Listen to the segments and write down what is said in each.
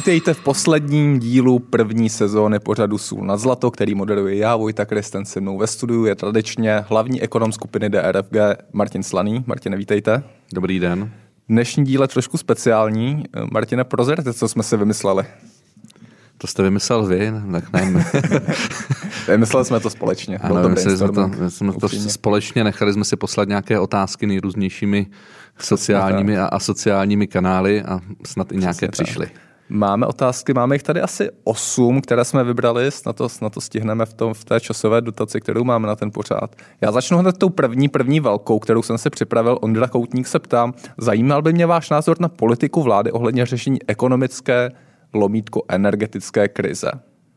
Vítejte v posledním dílu první sezóny pořadu Sůl nad zlato, který moderuje já, Vojta Kristen. Se mnou ve studiu je tradičně hlavní ekonom skupiny DRFG Martin Slaný. Martine, vítejte. Dobrý den. Dnešní díl je trošku speciální. Martine, prozraďte, co jsme si vymysleli. To jste vymyslel vy, tak ne. Vymysleli jsme to společně. Ano, jsme to společně, nechali jsme si poslat nějaké otázky nejrůznější sociálními a asociálními kanály a snad i nějaké přišly. Máme otázky, máme jich tady asi 8, které jsme vybrali, snad to stihneme v té časové dotaci, kterou máme na ten pořád. Já začnu hned tou první velkou, kterou jsem si připravil. Ondra Koutník se ptá, zajímal by mě váš názor na politiku vlády ohledně řešení ekonomické energetické krize.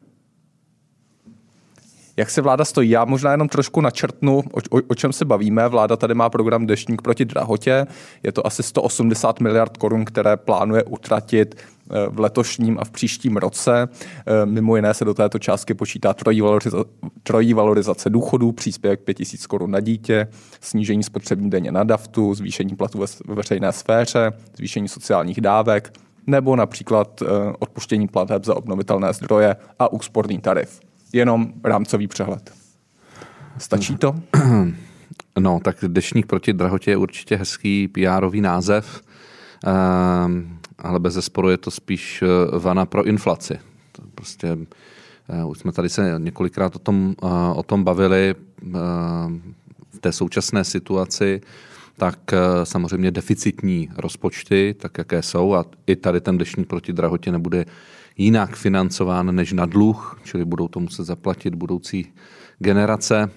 Jak se vláda stojí? Já možná jenom trošku načrtnu, o čem se bavíme. Vláda tady má program Deštník proti drahotě. Je to asi 180 miliard korun, které plánuje utratit v letošním a v příštím roce. Mimo jiné se do této částky počítá trojí valorizace důchodů, příspěvek 5 000 korun na dítě, snížení spotřební daně na naftu, zvýšení platů ve veřejné sféře, zvýšení sociálních dávek, nebo například odpuštění plateb za obnovitelné zdroje a úsporný tarif. Jenom rámcový přehled. Stačí to? No, tak Deštník proti drahotě je určitě hezký PR-ový název, ale bezesporu je to spíš vana pro inflaci. Prostě už jsme tady se několikrát o tom bavili v té současné situaci, tak samozřejmě deficitní rozpočty, tak jaké jsou, a i tady ten Deštník proti drahotě nebude jinak financován než na dluh, čili budou to muset zaplatit budoucí generace,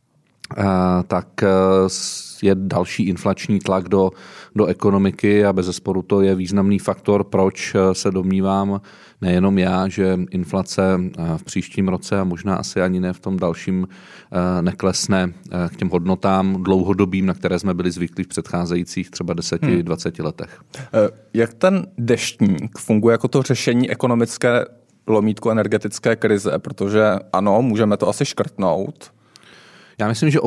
tak je další inflační tlak do ekonomiky a bezesporu to je významný faktor, proč se domnívám nejenom já, že inflace v příštím roce a možná asi ani ne v tom dalším neklesne k těm hodnotám dlouhodobým, na které jsme byli zvyklí v předcházejících třeba 10-20 letech. Jak ten Deštník funguje jako to řešení ekonomické energetické krize? Protože ano, můžeme to asi škrtnout. Já myslím, že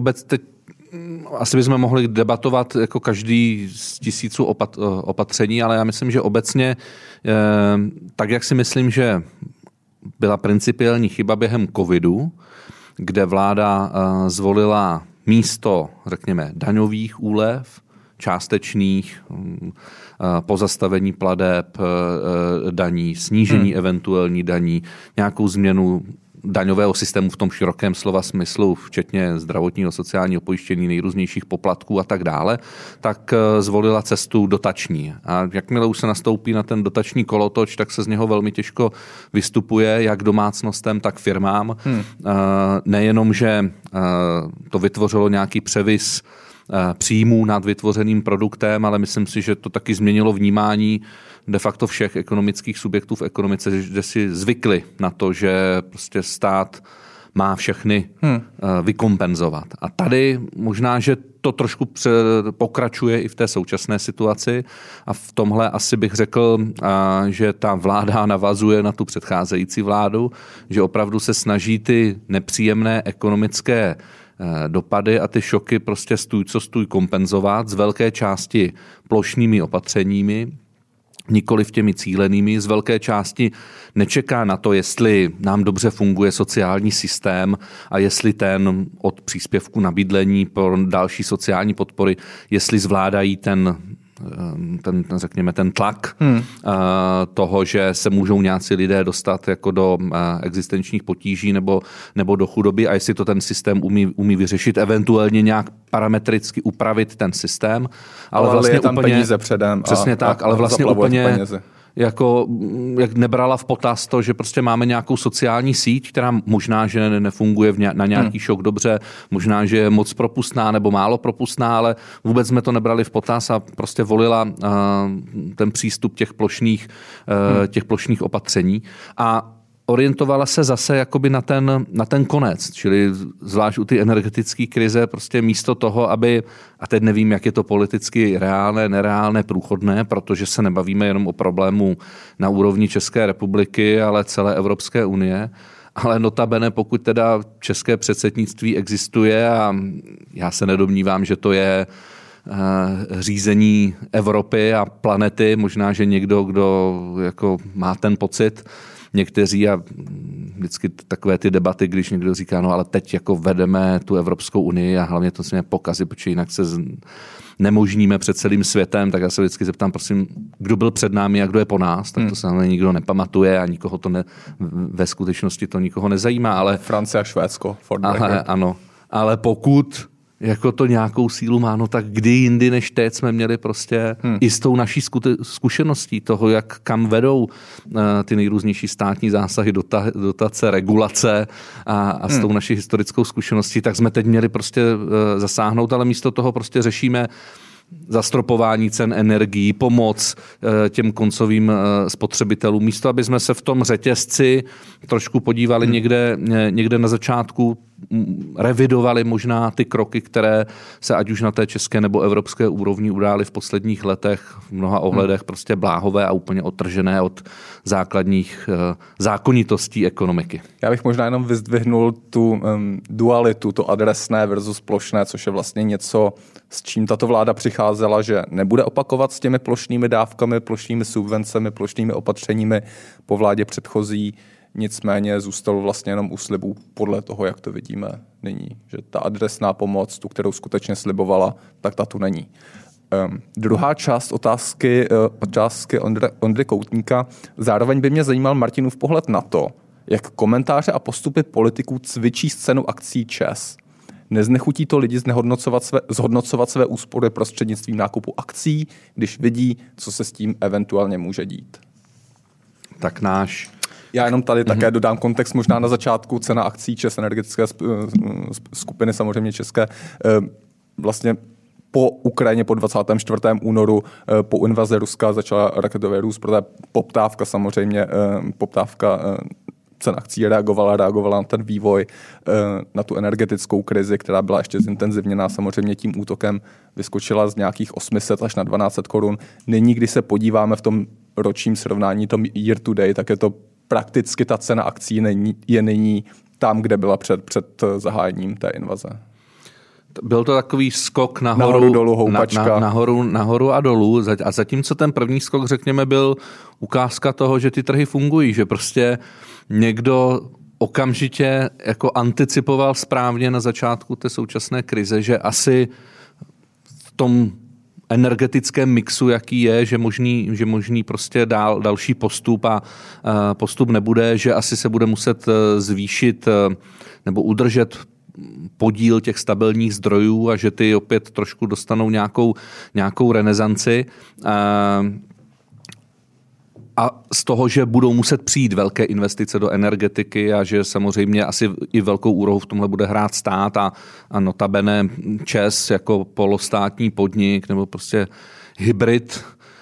asi bychom mohli debatovat jako každý z tisíců opatření, ale já myslím, že obecně, tak jak si myslím, že byla principiální chyba během covidu, kde vláda zvolila místo, řekněme, daňových úlev, částečných, pozastavení plateb daní, snížení eventuální daní, nějakou změnu daňového systému v tom širokém slova smyslu, včetně zdravotního, sociálního pojištění, nejrůznějších poplatků a tak dále, tak zvolila cestu dotační. A jakmile už se nastoupí na ten dotační kolotoč, tak se z něho velmi těžko vystupuje, jak domácnostem, tak firmám. Nejenom, že to vytvořilo nějaký převis příjmů nad vytvořeným produktem, ale myslím si, že to taky změnilo vnímání de facto všech ekonomických subjektů v ekonomice, že si zvykli na to, že prostě stát má všechny vykompenzovat. A tady možná, že to trošku pokračuje i v té současné situaci a v tomhle asi bych řekl, že ta vláda navazuje na tu předcházející vládu, že opravdu se snaží ty nepříjemné ekonomické dopady a ty šoky prostě stůj co stůj kompenzovat z velké části plošnými opatřeními, nikoliv těmi cílenými, z velké části nečeká na to, jestli nám dobře funguje sociální systém a jestli ten od příspěvku na bydlení pro další sociální podpory, jestli zvládají ten tlak toho, že se můžou nějací lidé dostat jako do existenčních potíží nebo do chudoby a jestli to ten systém umí vyřešit, eventuálně nějak parametricky upravit ten systém. Ale vlastně je tam úplně, peníze předem. Přesně tak, ale vlastně úplně jako jak nebrala v potaz to, že prostě máme nějakou sociální síť, která možná, že nefunguje na nějaký šok dobře, možná, že je moc propustná nebo málo propustná, ale vůbec jsme to nebrali v potaz a prostě volila ten přístup těch plošných opatření. A orientovala se zase jakoby na ten konec, čili zvlášť u ty energetické krize prostě místo toho, aby, a teď nevím, jak je to politicky reálné, nereálné, průchodné, protože se nebavíme jenom o problému na úrovni České republiky, ale celé Evropské unie, ale notabene, pokud teda české předsednictví existuje a já se nedomnívám, že to je řízení Evropy a planety. Možná, že někdo, kdo jako má ten pocit, někteří a vždycky takové ty debaty, když někdo říká, no ale teď jako vedeme tu Evropskou unii a hlavně to se mě pokazí, protože jinak se nemožníme před celým světem, tak já se vždycky zeptám, prosím, kdo byl před námi a kdo je po nás, tak to se nikdo nepamatuje a nikoho to ve skutečnosti to nikoho nezajímá, ale... Francie a Švédsko. Ano, ale pokud jako to nějakou sílu má, no tak kdy jindy než teď jsme měli prostě i s tou naší zkušeností toho, jak kam vedou ty nejrůznější státní zásahy, dotace, regulace a s tou naší historickou zkušeností, tak jsme teď měli prostě zasáhnout, ale místo toho prostě řešíme zastropování cen energií, pomoc těm koncovým spotřebitelům. Místo, aby jsme se v tom řetězci trošku podívali někde na začátku, revidovali možná ty kroky, které se ať už na té české nebo evropské úrovni udály v posledních letech v mnoha ohledech prostě bláhové a úplně odtržené od základních zákonitostí ekonomiky. Já bych možná jenom vyzdvihnul tu dualitu, to adresné versus plošné, což je vlastně něco, s čím tato vláda přicházela, že nebude opakovat s těmi plošnými dávkami, plošnými subvencemi, plošnými opatřeními po vládě předchozí. Nicméně zůstalo vlastně jenom u slibů podle toho, jak to vidíme nyní. Že ta adresná pomoc, tu, kterou skutečně slibovala, tak ta tu není. Druhá část otázky Ondry Koutníka. Zároveň by mě zajímal Martinův pohled na to, jak komentáře a postupy politiků cvičí scénu akcí ČEZ. Neznechutí to lidi zhodnocovat své úspory prostřednictvím nákupu akcí, když vidí, co se s tím eventuálně může dít? Tak Já jenom tady také dodám kontext možná na začátku. Cena akcí ČEZ energetické skupiny, samozřejmě české, vlastně po Ukrajině po 24. únoru, po invazi Ruska začala raketově růst, protože poptávka samozřejmě, cen akcí reagovala na ten vývoj, na tu energetickou krizi, která byla ještě zintenzivněná samozřejmě tím útokem, vyskočila z nějakých 800 až na 1200 korun. Nyní, když se podíváme v tom ročním srovnání, tom year to day, tak je to prakticky ta cena akcí je nyní tam, kde byla před zahájením té invaze. Byl to takový skok nahoru dolů, houpačka. Nahoru a dolů. A zatímco ten první skok, řekněme, byl ukázka toho, že ty trhy fungují, že prostě někdo okamžitě jako anticipoval správně na začátku té současné krize, že asi v tom energetickém mixu, jaký je, že možný prostě další postup a postup nebude, že asi se bude muset zvýšit nebo udržet podíl těch stabilních zdrojů a že ty opět trošku dostanou nějakou renesanci. A z toho, že budou muset přijít velké investice do energetiky a že samozřejmě asi i velkou úlohu v tomhle bude hrát stát a notabene ČEZ jako polostátní podnik nebo prostě hybrid,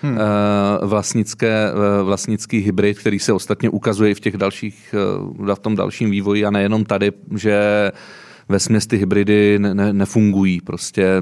vlastnický hybrid, který se ostatně ukazuje i v tom dalším vývoji a nejenom tady, že vesměs ty hybridy nefungují. Prostě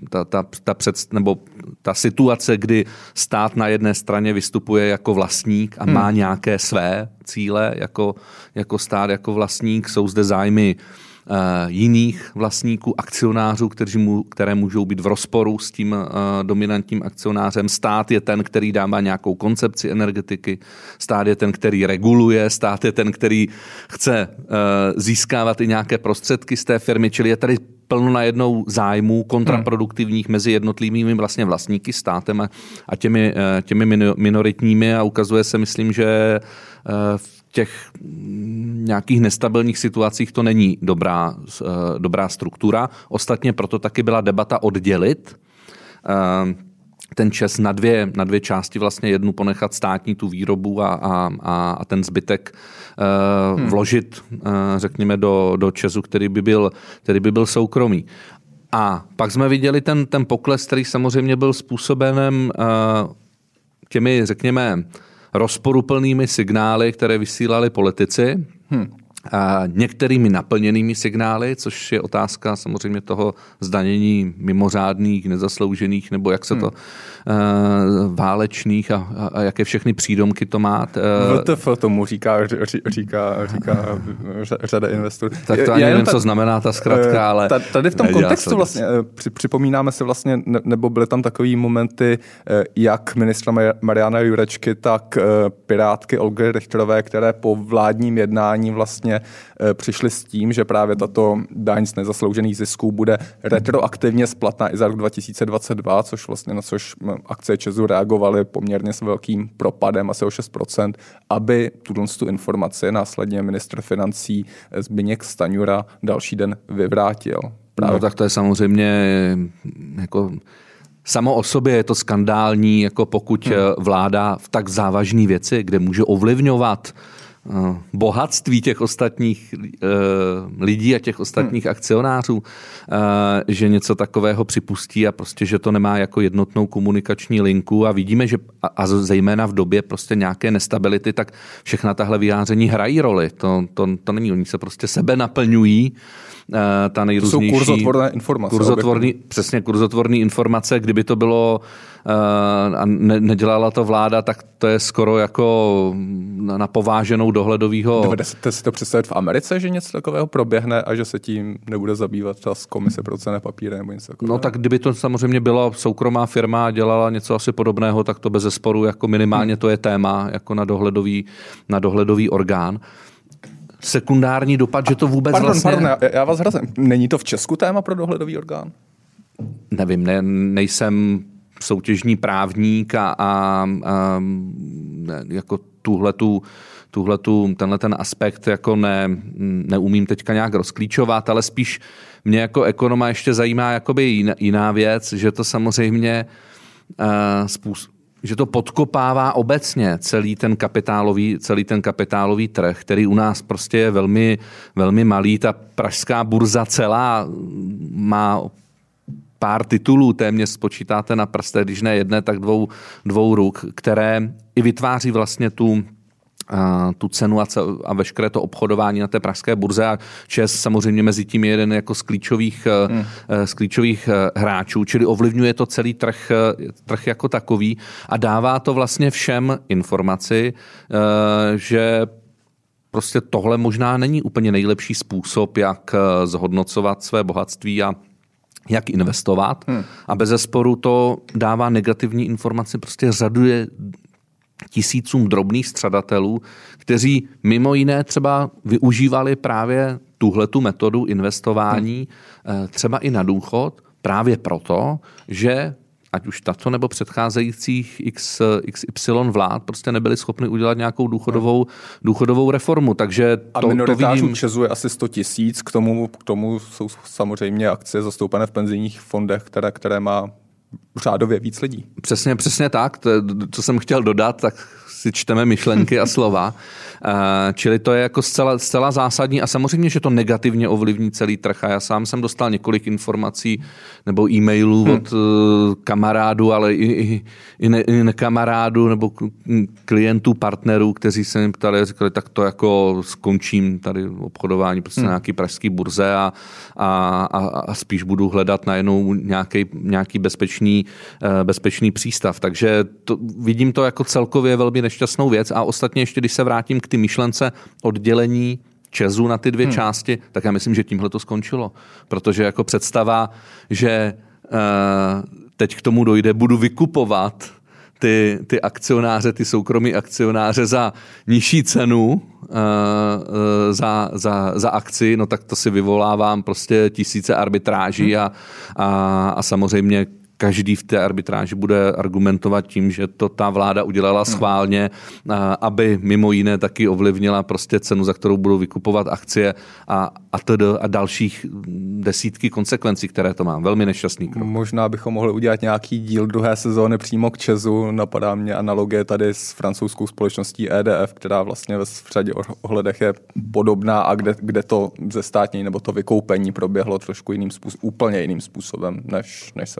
ta situace, kdy stát na jedné straně vystupuje jako vlastník a má nějaké své cíle jako stát, jako vlastník, jsou zde zájmy jiných vlastníků, akcionářů, které můžou být v rozporu s tím dominantním akcionářem. Stát je ten, který dává nějakou koncepci energetiky, stát je ten, který reguluje, stát je ten, který chce získávat i nějaké prostředky z té firmy, čili je tady plno najednou zájmů kontraproduktivních mezi jednotlivými vlastně vlastníky, státem a těmi minoritními a ukazuje se, myslím, že v těch nějakých nestabilních situacích to není dobrá struktura. Ostatně proto taky byla debata oddělit ten ČEZ na dvě části, vlastně jednu ponechat státní tu výrobu a ten zbytek vložit, řekněme, do ČEZu, který by byl soukromý. A pak jsme viděli ten pokles, který samozřejmě byl způsoben těmi, řekněme, rozporuplnými signály, které vysílali politici, některými naplněnými signály, což je otázka samozřejmě toho zdanění mimořádných, nezasloužených, nebo válečných a jaké všechny přídomky to má. VTF tomu říká řada investorů. Tak to ani nevím, co znamená ta zkratka, ale... Tady v tom kontextu vlastně připomínáme si vlastně, nebo byly tam takový momenty, jak ministra Mariana Jurečky, tak pirátky Olgy Richterové, které po vládním jednání vlastně přišly s tím, že právě tato daň z nezasloužených zisků bude retroaktivně splatná i za rok 2022, na což akcie ČEZu reagovaly poměrně s velkým propadem, asi o 6%, aby tu informaci následně ministr financí Zbyněk Stanjura další den vyvrátil. Právě. No tak to je samozřejmě jako samo o sobě je to skandální, jako pokud vláda v tak závažné věci, kde může ovlivňovat bohatství těch ostatních lidí a těch ostatních akcionářů, že něco takového připustí a prostě, že to nemá jako jednotnou komunikační linku a vidíme, že a zejména v době prostě nějaké nestability, tak všechna tahle vyjádření hrají roli. To není, oni se prostě sebe naplňují. Ta nejrůznější... To jsou kurzotvorné informace. Přesně kurzotvorné informace. Kdyby to bylo a nedělala to vláda, tak to je skoro jako na pováženou dohledovýho... Dovedete si to představit v Americe, že něco takového proběhne a že se tím nebude zabývat ta komise pro cenné papíry nebo něco takového? No tak kdyby to samozřejmě byla soukromá firma a dělala něco asi podobného, tak to bezesporu jako minimálně to je téma jako na dohledový orgán. Sekundární dopad, že to vůbec Pardon, já vás hrazím. Není to v Česku téma pro dohledový orgán? Nevím, nejsem soutěžní právník a jako tenhle ten aspekt jako neumím teďka nějak rozklíčovat, ale spíš mě jako ekonoma ještě zajímá jakoby jiná věc, že to samozřejmě že to podkopává obecně celý ten kapitálový trh, který u nás prostě je velmi, velmi malý. Ta pražská burza celá má pár titulů, téměř spočítáte na prstech, když ne jedné, tak dvou ruk, které i vytváří vlastně tu cenu a veškeré to obchodování na té pražské burze a ČEZ samozřejmě mezi tím je jeden jako z klíčových hráčů, čili ovlivňuje to celý trh jako takový a dává to vlastně všem informaci, že prostě tohle možná není úplně nejlepší způsob, jak zhodnocovat své bohatství a jak investovat. A bezesporu to dává negativní informaci, prostě řaduje tisícům drobných střadatelů, kteří mimo jiné třeba využívali právě tuhletu metodu investování třeba i na důchod, právě proto, že ať už tato nebo předcházejících XY vlád prostě nebyli schopni udělat nějakou důchodovou reformu. Takže a minoritářů ČEZu je asi 100 000, k tomu jsou samozřejmě akcie zastoupené v penzijních fondech, které má řádově víc lidí. Přesně tak, co jsem chtěl dodat, tak si čteme myšlenky a slova. Čili to je jako zcela zásadní a samozřejmě, že to negativně ovlivní celý trh. A já sám jsem dostal několik informací nebo e-mailů od kamarádů, ale i nekamarádů nebo klientů, partnerů, kteří se mi ptali a říkali, tak to jako skončím tady obchodování prostě na nějaký pražský burze a spíš budu hledat najednou nějaký bezpečný přístav. Takže vidím to jako celkově velmi nešťastnou věc a ostatně ještě, když se vrátím k ty myšlence oddělení ČEZu na ty dvě části, tak já myslím, že tímhle to skončilo. Protože jako představa, že teď k tomu dojde, budu vykupovat ty akcionáře, ty soukromí akcionáře za nižší cenu za akci, no tak to si vyvolávám prostě tisíce arbitráží a samozřejmě každý v té arbitráži bude argumentovat tím, že to ta vláda udělala schválně, aby mimo jiné taky ovlivnila prostě cenu, za kterou budou vykupovat akcie a dalších desítky konsekvencí, které to má. Velmi nešťastný krok. Možná bychom mohli udělat nějaký díl druhé sezóny přímo k ČEZu. Napadá mě analogie tady s francouzskou společností EDF, která vlastně v řadě ohledech je podobná a kde to zestátnění nebo to vykoupení proběhlo trošku úplně jiným způsobem, než se o něm uvažuje.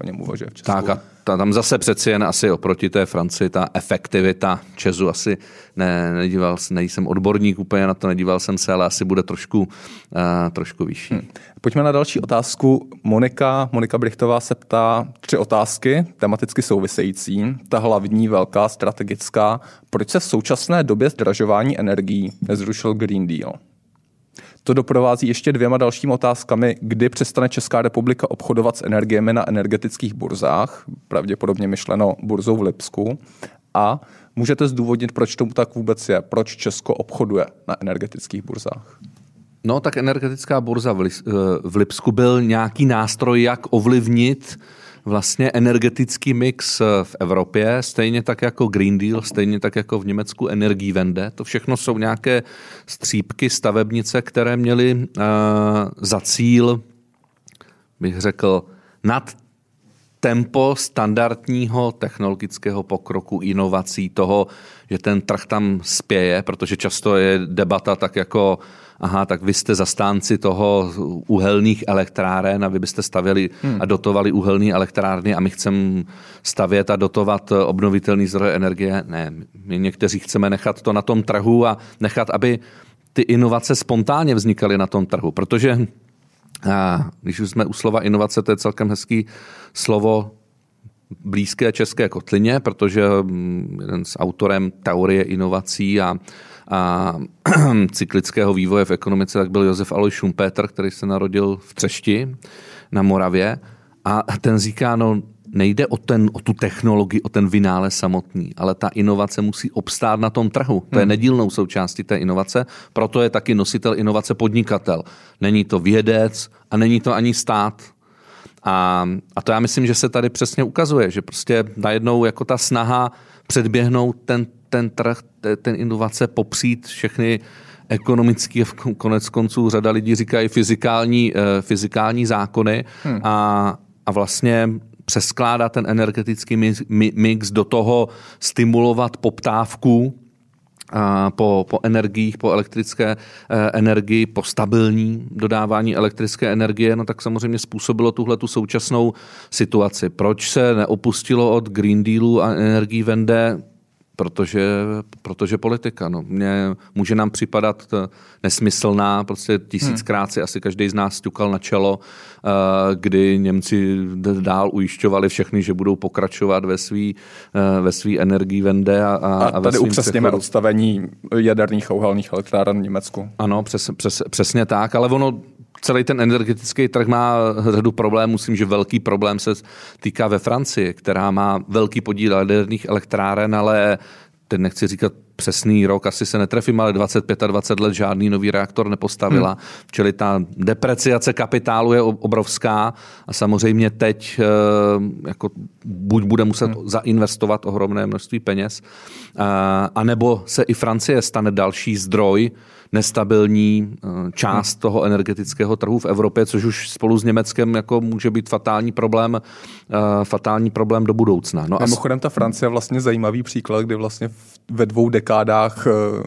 v Česku. Tak a tam zase přeci jen asi oproti té Francii ta efektivita ČEZu asi nejsem odborník úplně na to, nedíval jsem se, ale asi bude trošku vyšší. Pojďme na další otázku. Monika Brichtová se ptá 3 otázky, tematicky související. Ta hlavní, velká, strategická. Proč se v současné době zdražování energií nezrušil Green Deal? To doprovází ještě 2 dalšími otázkami, kdy přestane Česká republika obchodovat s energiemi na energetických burzách, pravděpodobně myšleno burzou v Lipsku, a můžete zdůvodnit, proč tomu tak vůbec je, proč Česko obchoduje na energetických burzách? No tak energetická burza v Lipsku byl nějaký nástroj, jak ovlivnit vlastně energetický mix v Evropě, stejně tak jako Green Deal, stejně tak jako v Německu Energiewende. To všechno jsou nějaké střípky, stavebnice, které měly za cíl, bych řekl, nad tempo standardního technologického pokroku, inovací, toho, že ten trh tam spěje, protože často je debata tak jako tak vy jste zastánci toho uhelných elektráren a vy byste stavěli a dotovali uhelné elektrárny a my chceme stavět a dotovat obnovitelný zdroje energie. Ne, my někteří chceme nechat to na tom trhu a nechat, aby ty inovace spontánně vznikaly na tom trhu, protože když už jsme u slova inovace, to je celkem hezký slovo blízké české kotlině, protože jeden z autorem teorie inovací a cyklického vývoje v ekonomice, tak byl Josef Alois Schumpeter, který se narodil v Třešti na Moravě. A ten říká, nejde o tu technologii, o ten vynález samotný, ale ta inovace musí obstát na tom trhu. To je nedílnou součástí té inovace, proto je taky nositel inovace podnikatel. Není to vědec a není to ani stát. A to já myslím, že se tady přesně ukazuje, že prostě najednou jako ta snaha předběhnout ten trh, ten inovace, popřít všechny ekonomické, konec konců řada lidí říkají fyzikální zákony a vlastně přeskládat ten energetický mix do toho, stimulovat poptávku po energiích, po elektrické energii, po stabilní dodávání elektrické energie, tak samozřejmě způsobilo tuhletu současnou situaci. Proč se neopustilo od Green Dealu a Energiewende? Protože politika. Může nám připadat nesmyslná, prostě 1000krát si asi každý z nás sťukal na čelo, kdy Němci dál ujišťovali všechny, že budou pokračovat ve svý Energiewende a tady upřesněme odstavení jaderných a uhelných elektráren v Německu. Ano, přesně tak, ale celý ten energetický trh má řadu problémů. Myslím, že velký problém se týká ve Francii, která má velký podíl jaderných elektráren, ale teď nechci říkat přesný rok, asi se netrefím, ale 25 let žádný nový reaktor nepostavila. Čili ta depreciace kapitálu je obrovská a samozřejmě teď jako buď bude muset zainvestovat ohromné množství peněz, anebo se i Francie stane další zdroj nestabilní část toho energetického trhu v Evropě, což už spolu s Německem jako může být fatální problém do budoucna. Mimochodem ta Francie je vlastně zajímavý příklad, kdy vlastně ve 2 dekádách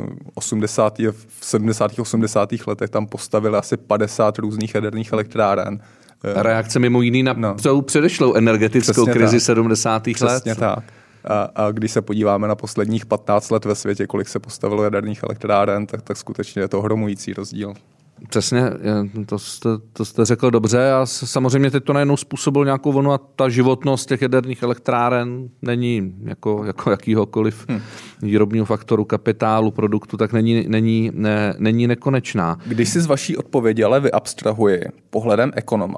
70. 80. letech tam postavili asi 50 různých jaderných elektráren. Reakce mimo jiný na předešlou energetickou krizi 70. let. Přesně tak. A když se podíváme na posledních 15 let ve světě, kolik se postavilo jaderných elektráren, tak skutečně je to ohromující rozdíl. Přesně, to jste řekl dobře a samozřejmě teď to najednou způsobilo nějakou vlnu a ta životnost těch jaderných elektráren není jako jakýhokoliv výrobního faktoru, kapitálu, produktu, tak není nekonečná. Když si z vaší odpovědi ale vyabstrahuji pohledem ekonoma,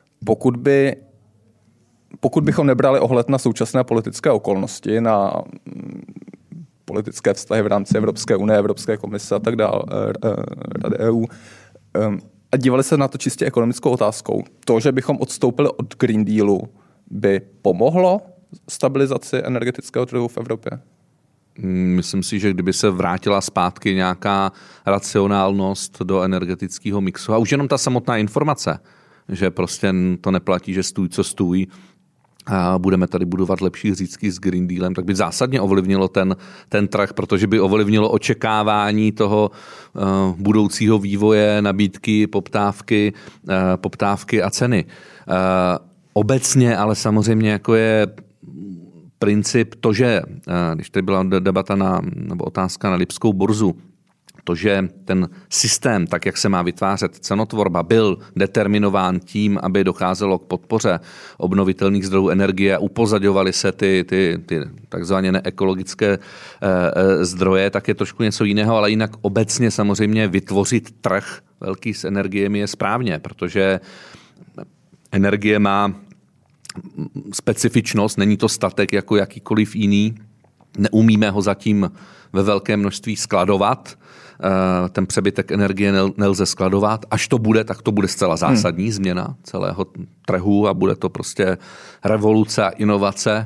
pokud bychom nebrali ohled na současné politické okolnosti, na politické vztahy v rámci Evropské unie, Evropské komise a tak dále, Rady EU, a dívali se na to čistě ekonomickou otázkou, to, že bychom odstoupili od Green Dealu, by pomohlo stabilizaci energetického trhu v Evropě? Myslím si, že kdyby se vrátila zpátky nějaká racionálnost do energetického mixu, a už jenom ta samotná informace, že prostě to neplatí, že stůj, co stůj, a budeme tady budovat lepší řízky s Green Dealem, tak by zásadně ovlivnilo ten trh, protože by ovlivnilo očekávání toho budoucího vývoje, nabídky, poptávky a ceny. obecně, ale samozřejmě jako je princip to, že když tady byla debata nebo otázka na Lipskou burzu, to, že ten systém, tak jak se má vytvářet cenotvorba, byl determinován tím, aby docházelo k podpoře obnovitelných zdrojů energie a upozaďovaly se ty takzvaně neekologické zdroje, tak je trošku něco jiného, ale jinak obecně samozřejmě vytvořit trh velký s energiemi je správně, protože energie má specifičnost, není to statek jako jakýkoliv jiný, neumíme ho zatím ve velkém množství skladovat, ten přebytek energie nelze skladovat. Až to bude, tak to bude zcela zásadní změna celého trhu a bude to prostě revoluce a inovace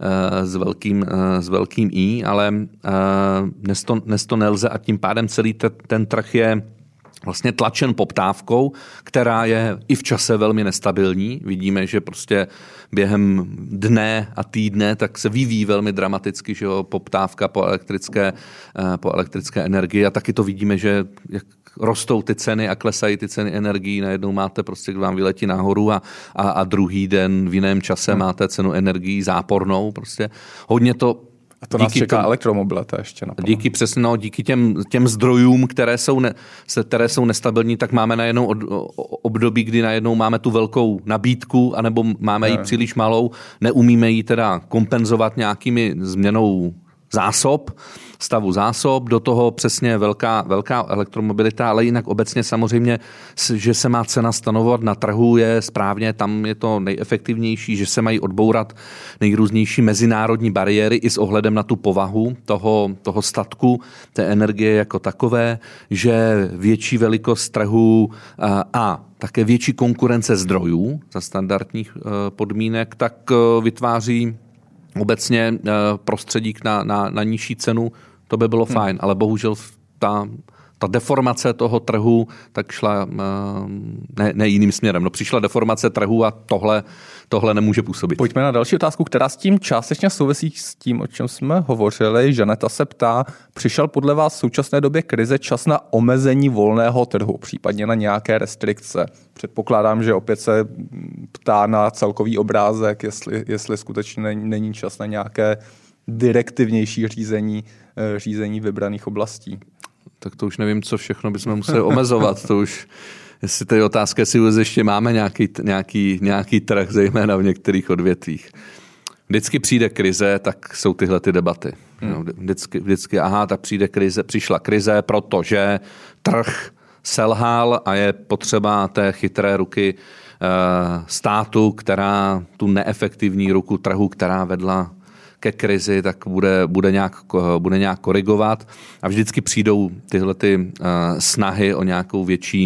s velkým I, ale dnes to nelze a tím pádem celý ten trh je vlastně tlačen poptávkou, která je i v čase velmi nestabilní. Vidíme, že prostě během dne a týdne tak se vyvíjí velmi dramaticky, že jo, poptávka po elektrické energii a taky to vidíme, že jak rostou ty ceny a klesají ty ceny energií. Najednou máte prostě, když vám vyletí nahoru a druhý den v jiném čase máte cenu energií zápornou. Prostě hodně to. A to nás čeká elektromobilita ještě napadlo. Díky těm zdrojům, které jsou nestabilní, tak máme najednou období, kdy najednou máme tu velkou nabídku, anebo máme ji příliš malou, neumíme ji teda kompenzovat nějakými změnou stavu zásob, do toho přesně velká elektromobilita, ale jinak obecně samozřejmě, že se má cena stanovovat na trhu je správně, tam je to nejefektivnější, že se mají odbourat nejrůznější mezinárodní bariéry i s ohledem na tu povahu toho statku, té energie jako takové, že větší velikost trhu a také větší konkurence zdrojů za standardních podmínek, tak vytváří obecně prostředík na nižší cenu, to by bylo fajn, ale bohužel ta deformace toho trhu tak šla ne jiným směrem. No, přišla deformace trhu a tohle nemůže působit. Pojďme na další otázku, která s tím částečně souvisí s tím, o čem jsme hovořili. Žaneta se ptá, přišel podle vás v současné době krize čas na omezení volného trhu, případně na nějaké restrikce? Předpokládám, že opět se ptá na celkový obrázek, jestli skutečně není čas na nějaké direktivnější řízení vybraných oblastí. Tak to už nevím, co všechno bychom museli omezovat. To už, jestli tady otázka, jestli ještě máme nějaký trh, zejména v některých odvětvích. Vždycky přijde krize, tak jsou tyhle ty debaty. Vždycky, přišla krize, protože trh selhal a je potřeba té chytré ruky státu, která tu neefektivní ruku trhu, která vedla ke krizi, tak bude nějak korigovat a vždycky přijdou tyhle ty snahy o nějakou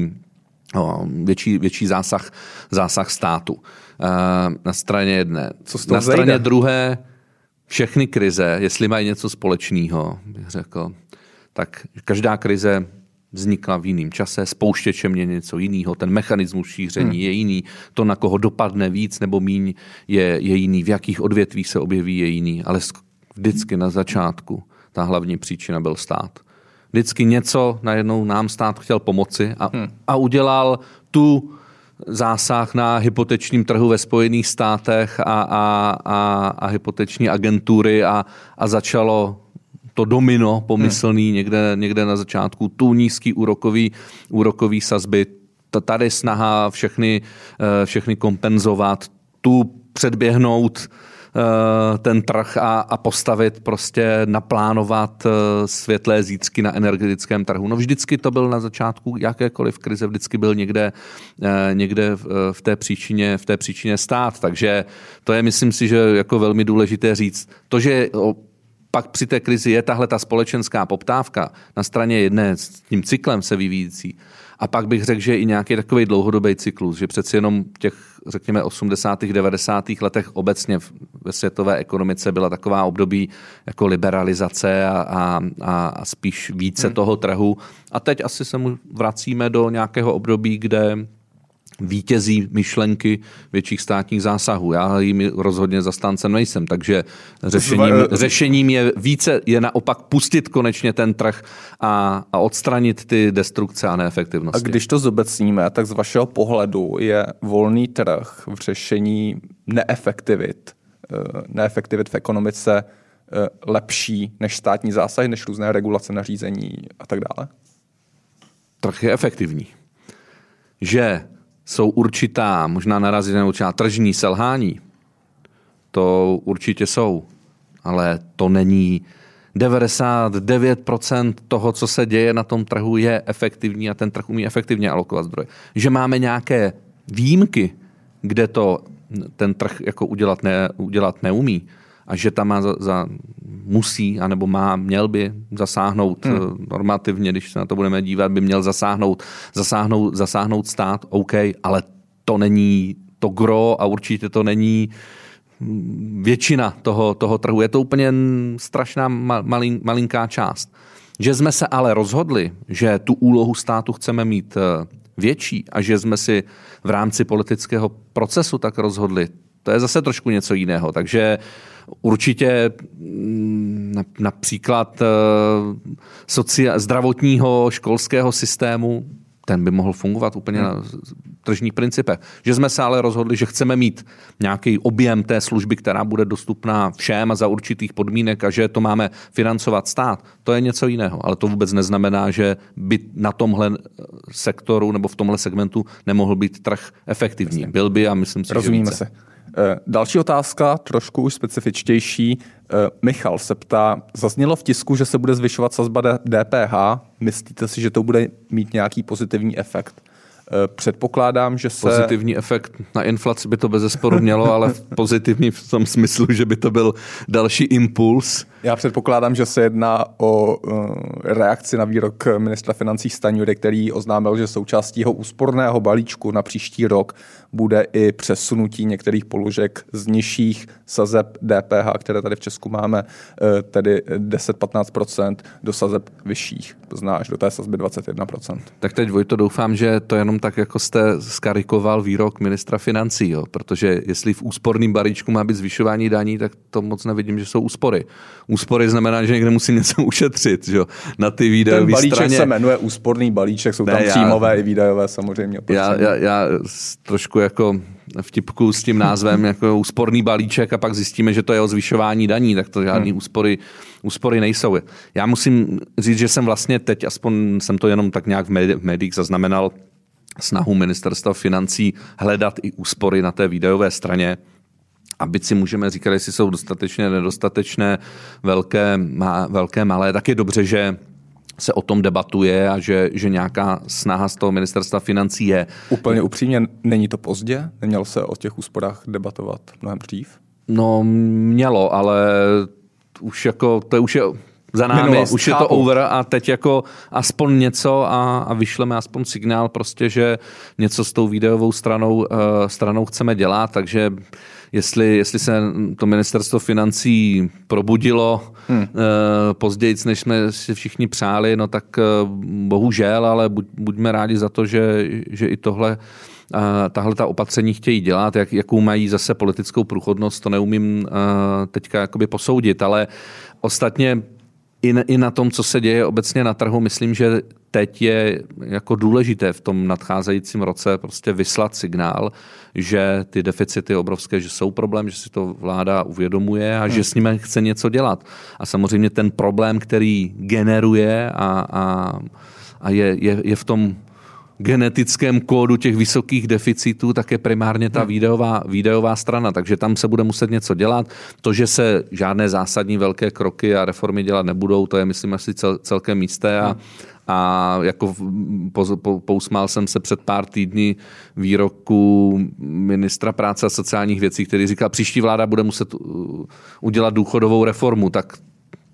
větší zásah státu. Na straně jedné. Na straně druhé všechny krize, jestli mají něco společného, bych řekl, tak každá krize vznikla v jiném čase, spouštěčem je něco jiného, ten mechanismus šíření je jiný, to, na koho dopadne víc nebo míň, je jiný, v jakých odvětvích se objeví, je jiný, ale vždycky na začátku ta hlavní příčina byl stát. Vždycky něco najednou nám stát chtěl pomoci a udělal tu zásah na hypotečním trhu ve Spojených státech a hypoteční agentury a začalo to domino pomyslný někde na začátku, tu nízký úrokový sazby, tady snaha všechny kompenzovat, tu předběhnout ten trh a postavit, prostě naplánovat světlé zítřky na energetickém trhu. No vždycky to byl na začátku jakékoliv krize, vždycky byl někde v té příčině stát. Takže to je, myslím si, že jako velmi důležité říct. To, že pak při té krizi je tahle ta společenská poptávka na straně jedné s tím cyklem se vyvíjící. A pak bych řekl, že i nějaký takový dlouhodobý cyklus, že přeci jenom těch, řekněme, 80. 90. letech obecně ve světové ekonomice byla taková období jako liberalizace a spíš více toho trhu. A teď asi se mu vracíme do nějakého období, kde vítězí myšlenky větších státních zásahů. Já jim rozhodně zastáncem nejsem, takže řešením je naopak pustit konečně ten trh a odstranit ty destrukce a neefektivnosti. A když to zobecníme, tak z vašeho pohledu je volný trh v řešení neefektivit v ekonomice lepší než státní zásahy, než různé regulace, nařízení a tak dále? Trh je efektivní. Že jsou určitá, možná narazí na určitá tržní selhání, to určitě jsou, ale to není 99% toho, co se děje na tom trhu, je efektivní a ten trh umí efektivně alokovat zdroje. Že máme nějaké výjimky, kde to ten trh jako udělat neumí a že tam musí, anebo měl by zasáhnout normativně, když se na to budeme dívat, by měl zasáhnout stát, OK, ale to není to gro a určitě to není většina toho trhu. Je to úplně strašná malinká část. Že jsme se ale rozhodli, že tu úlohu státu chceme mít větší a že jsme si v rámci politického procesu tak rozhodli, to je zase trošku něco jiného. Takže určitě například zdravotního školského systému, ten by mohl fungovat úplně na tržních principech. Že jsme se ale rozhodli, že chceme mít nějaký objem té služby, která bude dostupná všem a za určitých podmínek a že to máme financovat stát, to je něco jiného. Ale to vůbec neznamená, že by na tomhle sektoru nebo v tomhle segmentu nemohl být trh efektivní. Byl by a myslím si, rozumíme že více. Se. Další otázka, trošku už specifičtější. Michal se ptá, zaznělo v tisku, že se bude zvyšovat sazba DPH. Myslíte si, že to bude mít nějaký pozitivní efekt? Předpokládám, že se... Pozitivní efekt na inflaci by to bezesporu mělo, ale pozitivní v tom smyslu, že by to byl další impuls. Já předpokládám, že se jedná o reakci na výrok ministra financí Stanjury, který oznámil, že součástí jeho úsporného balíčku na příští rok bude i přesunutí některých položek z nižších sazeb DPH, které tady v Česku máme, tedy 10-15%, do sazeb vyšších, to znáš, do té sazby 21%. Tak teď, Vojto, doufám, že to jenom tak, jako jste skarikoval výrok ministra financí, jo? Protože jestli v úsporném balíčku má být zvyšování daní, tak to moc nevidím, že jsou úspory. Úspory znamená, že někde musím něco ušetřit, že? Na ty výdajové straně. Ten balíček se jmenuje úsporný balíček, jsou tam příjmové i výdajové samozřejmě. Já trošku jako vtipku s tím názvem jako úsporný balíček a pak zjistíme, že to je o zvyšování daní, tak to žádný úspory nejsou. Já musím říct, že jsem vlastně teď, aspoň jsem to jenom tak nějak v médiích zaznamenal, snahu ministerstva financí hledat i úspory na té výdajové straně. A byť si můžeme říkat, jestli jsou dostatečně, nedostatečné, velké, malé, tak je dobře, že se o tom debatuje a že nějaká snaha z toho ministerstva financí je. Úplně upřímně, není to pozdě? Nemělo se o těch úsporách debatovat mnohem dřív? No, mělo, ale to už je za námi, minulost, už chápu. Je to over a teď jako aspoň něco a vyšleme aspoň signál prostě, že něco s tou výdajovou stranou chceme dělat, takže jestli se to ministerstvo financí probudilo později, než jsme si všichni přáli, no tak bohužel, ale buďme rádi za to, že i tahle ta opatření chtějí dělat, jakou mají zase politickou průchodnost, to neumím teďka jakoby posoudit, ale ostatně i na tom, co se děje obecně na trhu, myslím, že teď je jako důležité v tom nadcházejícím roce prostě vyslat signál, že ty deficity obrovské, že jsou problém, že si to vláda uvědomuje a že s nimi chce něco dělat. A samozřejmě ten problém, který generuje a je v tom genetickém kódu těch vysokých deficitů, tak je primárně ta výdajová strana. Takže tam se bude muset něco dělat. To, že se žádné zásadní velké kroky a reformy dělat nebudou, to je, myslím, asi celkem jisté. A jako pousmál jsem se před pár týdny výroku ministra práce a sociálních věcí, který říkal, příští vláda bude muset udělat důchodovou reformu. Tak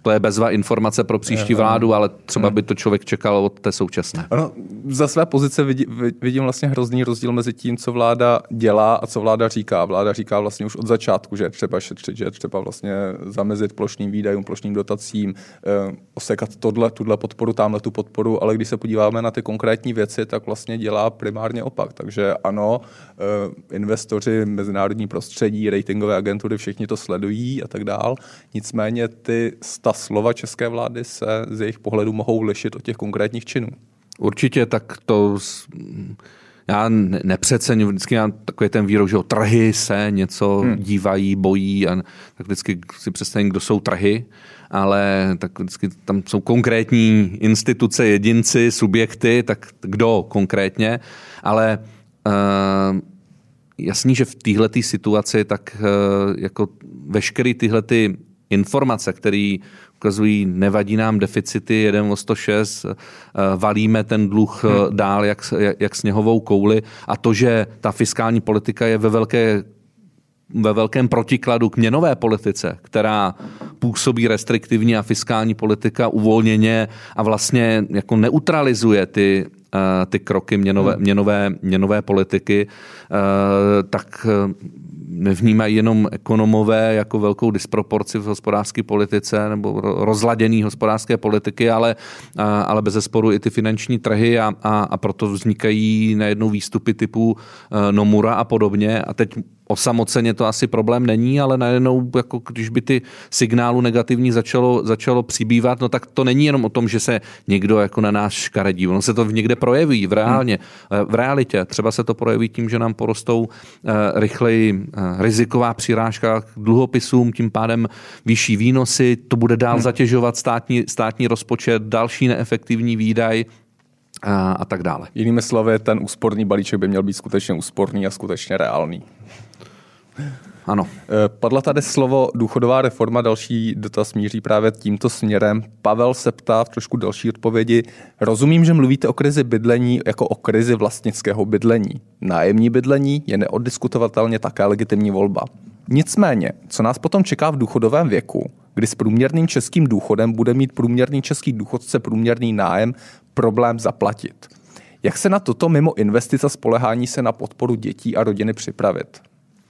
to je bezva informace pro příští vládu, ale třeba by to člověk čekal od té současné. Ano, za své pozice vidím vlastně hrozný rozdíl mezi tím, co vláda dělá a co vláda říká. Vláda říká vlastně už od začátku, že je třeba šetřit, že je třeba vlastně zamezit plošným výdajům, plošným dotacím, osekat tuhle podporu, tamhle tu podporu, ale když se podíváme na ty konkrétní věci, tak vlastně dělá primárně opak. Takže ano, investoři, mezinárodní prostředí, ratingové agentury, všichni to sledují a tak dál. Nicméně ta slova české vlády se z jejich pohledu mohou lišit od těch konkrétních činů. Určitě, tak to já nepřeceňuji, vždycky mám takový ten výrok, že trhy se něco dívají, bojí a tak vždycky si představím, kdo jsou trhy, ale tak vždycky tam jsou konkrétní instituce, jedinci, subjekty, tak kdo konkrétně, ale jasný, že v téhletý situaci tak jako veškerý tyhlety informace, které ukazují, nevadí nám deficity, jedeme o 106, valíme ten dluh dál jak sněhovou kouli a to, že ta fiskální politika je ve velkém protikladu k měnové politice, která působí restriktivně a fiskální politika uvolněně a vlastně jako neutralizuje ty kroky měnové politiky, tak nevnímají jenom ekonomové jako velkou disproporci v hospodářské politice nebo rozladění hospodářské politiky, ale bezesporu i ty finanční trhy a proto vznikají najednou výstupy typu Nomura a podobně. A teď osamoceně to asi problém není, ale najednou, jako když by ty signálu negativní začalo přibývat, no tak to není jenom o tom, že se někdo jako na nás škaredí. Ono se to někde projeví v realitě. Třeba se to projeví tím, že nám porostou rychleji riziková přirážka k dluhopisům, tím pádem vyšší výnosy, to bude dál zatěžovat státní rozpočet, další neefektivní výdaj a tak dále. Jinými slovy, ten úsporný balíček by měl být skutečně úsporný a skutečně reálný. Ano. Padla tady slovo důchodová reforma, další dotaz míří právě tímto směrem. Pavel se ptá v trošku další odpovědi. Rozumím, že mluvíte o krizi bydlení jako o krizi vlastnického bydlení. Nájemní bydlení je neoddiskutovatelně také legitimní volba. Nicméně, co nás potom čeká v důchodovém věku, kdy s průměrným českým důchodem bude mít průměrný český důchodce průměrný nájem problém zaplatit? Jak se na toto mimo investice spolehání se na podporu dětí a rodiny připravit?